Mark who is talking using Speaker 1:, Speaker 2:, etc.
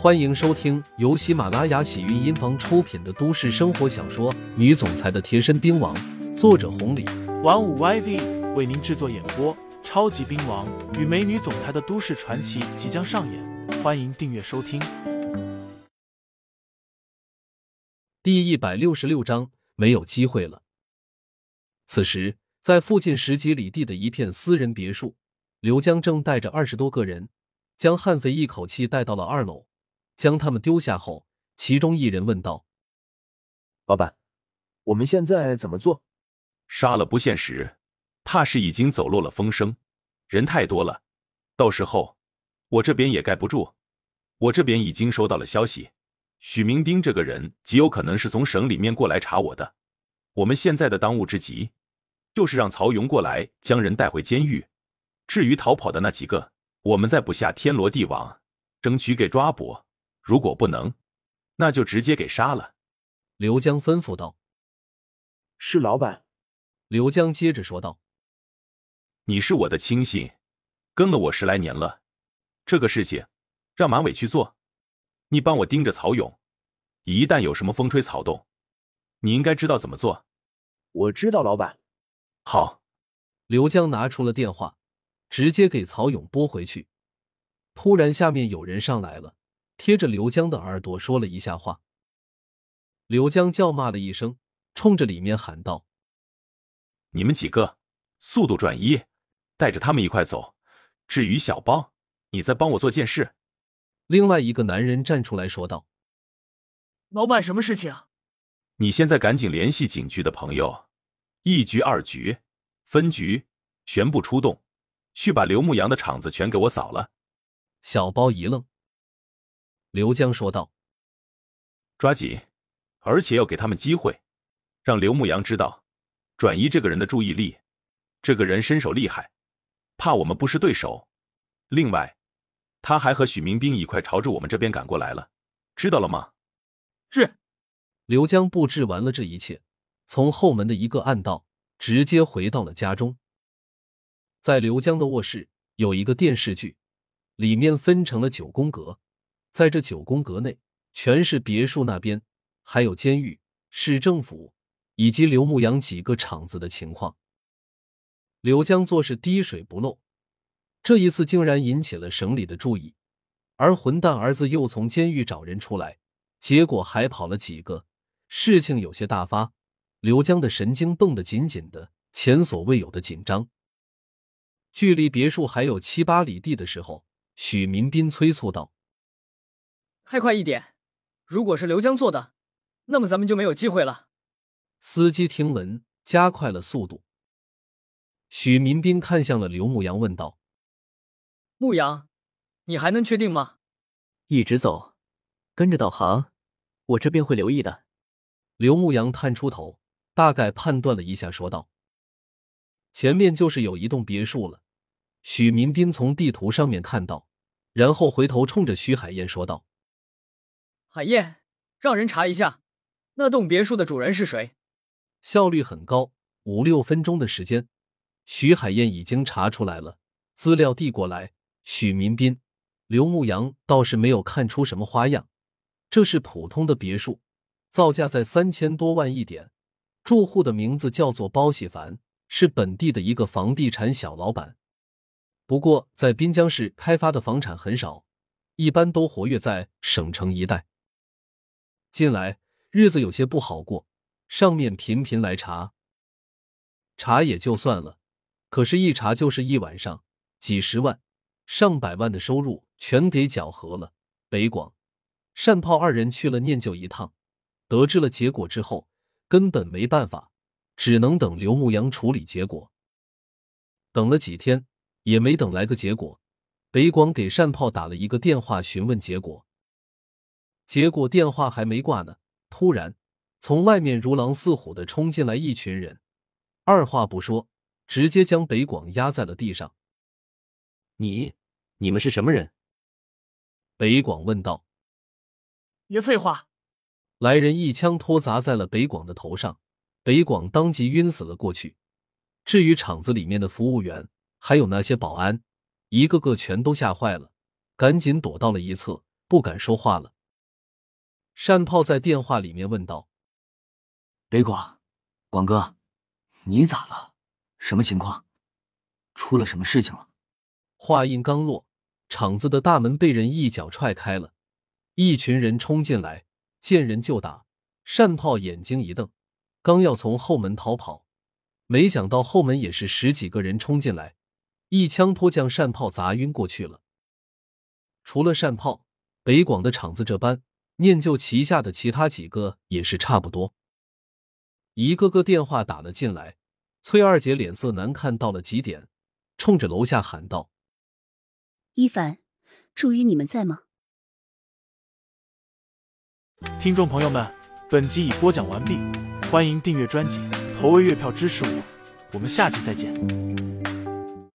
Speaker 1: 欢迎收听由喜马拉雅喜韵音房出品的都市生活小说《女总裁的贴身兵王》，作者红礼，
Speaker 2: 玩五 YV 为您制作演播。超级兵王与美女总裁的都市传奇即将上演，欢迎订阅收听。
Speaker 1: 第166章，没有机会了。此时，在附近10几里地的一片私人别墅，刘江正带着20多个人，将悍匪一口气带到了2楼。将他们丢下后，其中一人问道：
Speaker 3: 老板，我们现在怎么做？
Speaker 4: 杀了不现实，怕是已经走漏了风声，人太多了，到时候我这边也盖不住。我这边已经收到了消息，许明斌这个人极有可能是从省里面过来查我的。我们现在的当务之急就是让曹勇过来将人带回监狱，至于逃跑的那几个，我们再布下天罗地网，争取给抓捕。如果不能，那就直接给杀了。
Speaker 1: 刘江吩咐道。
Speaker 3: 是老板。
Speaker 1: 刘江接着说道。
Speaker 4: 你是我的亲信，跟了我10来年了，这个事情让马伟去做，你帮我盯着曹勇，一旦有什么风吹草动，你应该知道怎么做。
Speaker 3: 我知道老板。
Speaker 4: 好。
Speaker 1: 刘江拿出了电话，直接给曹勇拨回去。突然下面有人上来了，贴着刘江的耳朵说了一下话。刘江叫骂了一声，冲着里面喊道：
Speaker 4: 你们几个速度转移，带着他们一块走，至于小包，你再帮我做件事。
Speaker 1: 另外一个男人站出来说道：
Speaker 2: 老板，什么事情啊？
Speaker 4: 你现在赶紧联系警局的朋友，1局2局分局全部出动，去把刘牧阳的场子全给我扫了。
Speaker 1: 小包一愣。刘江说道：
Speaker 4: 抓紧，而且要给他们机会，让刘牧阳知道转移这个人的注意力，这个人身手厉害，怕我们不是对手。另外，他还和许明斌一块朝着我们这边赶过来了，知道了吗？
Speaker 2: 是。
Speaker 1: 刘江布置完了这一切，从后门的一个暗道直接回到了家中。在刘江的卧室有一个电视剧，里面分成了9宫格，在这9宫格内全是别墅那边，还有监狱、市政府以及刘牧阳几个厂子的情况。刘江做事滴水不漏，这一次竟然引起了省里的注意，而混蛋儿子又从监狱找人出来，结果还跑了几个，事情有些大发。刘江的神经绷得紧紧的，前所未有的紧张。距离别墅还有7、8里地的时候，许民斌催促道：
Speaker 5: 开快一点，如果是刘江做的，那么咱们就没有机会了。
Speaker 1: 司机听闻，加快了速度。许民斌看向了刘牧阳问道：
Speaker 5: 牧阳，你还能确定吗？
Speaker 6: 一直走，跟着导航，我这边会留意的。
Speaker 1: 刘牧阳探出头，大概判断了一下说道：前面就是有一栋别墅了。许民斌从地图上面看到，然后回头冲着徐海燕说道：
Speaker 5: 海燕，让人查一下那栋别墅的主人是谁。
Speaker 1: 效率很高，5、6分钟的时间，徐海燕已经查出来了，资料递过来。许民斌、刘牧阳倒是没有看出什么花样，这是普通的别墅，造价在3000多万一点，住户的名字叫做包喜凡，是本地的一个房地产小老板。不过在滨江市开发的房产很少，一般都活跃在省城一带。近来日子有些不好过，上面频频来查。查也就算了，可是一查就是一晚上，几十万、上百万的收入全给搅和了。北广、单炮2人去了念旧一趟，得知了结果之后，根本没办法，只能等刘牧阳处理结果。等了几天也没等来个结果，北广给单炮打了一个电话询问结果。结果电话还没挂呢，突然从外面如狼似虎的冲进来一群人，二话不说，直接将北广压在了地上。
Speaker 6: 你们是什么人？
Speaker 1: 北广问道。
Speaker 2: 别废话。
Speaker 1: 来人一枪托砸在了北广的头上，北广当即晕死了过去。至于厂子里面的服务员还有那些保安，一个个全都吓坏了，赶紧躲到了一侧， 不敢说话了。单炮在电话里面问道：“
Speaker 7: 北广，广哥，你咋了？什么情况？出了什么事情了？”
Speaker 1: 话音刚落，厂子的大门被人一脚踹开了，一群人冲进来，见人就打。单炮眼睛一瞪，刚要从后门逃跑，没想到后门也是10几个人冲进来，一枪托将单炮砸晕过去了。除了单炮，北广的厂子这般，念旧旗下的其他几个也是差不多。一个个电话打了进来，崔二姐脸色难看到了极点，冲着楼下喊道：“
Speaker 8: 一凡，注意你们在吗？”
Speaker 2: 听众朋友们，本集已播讲完毕，欢迎订阅专辑，投喂月票支持我，我们下集再见。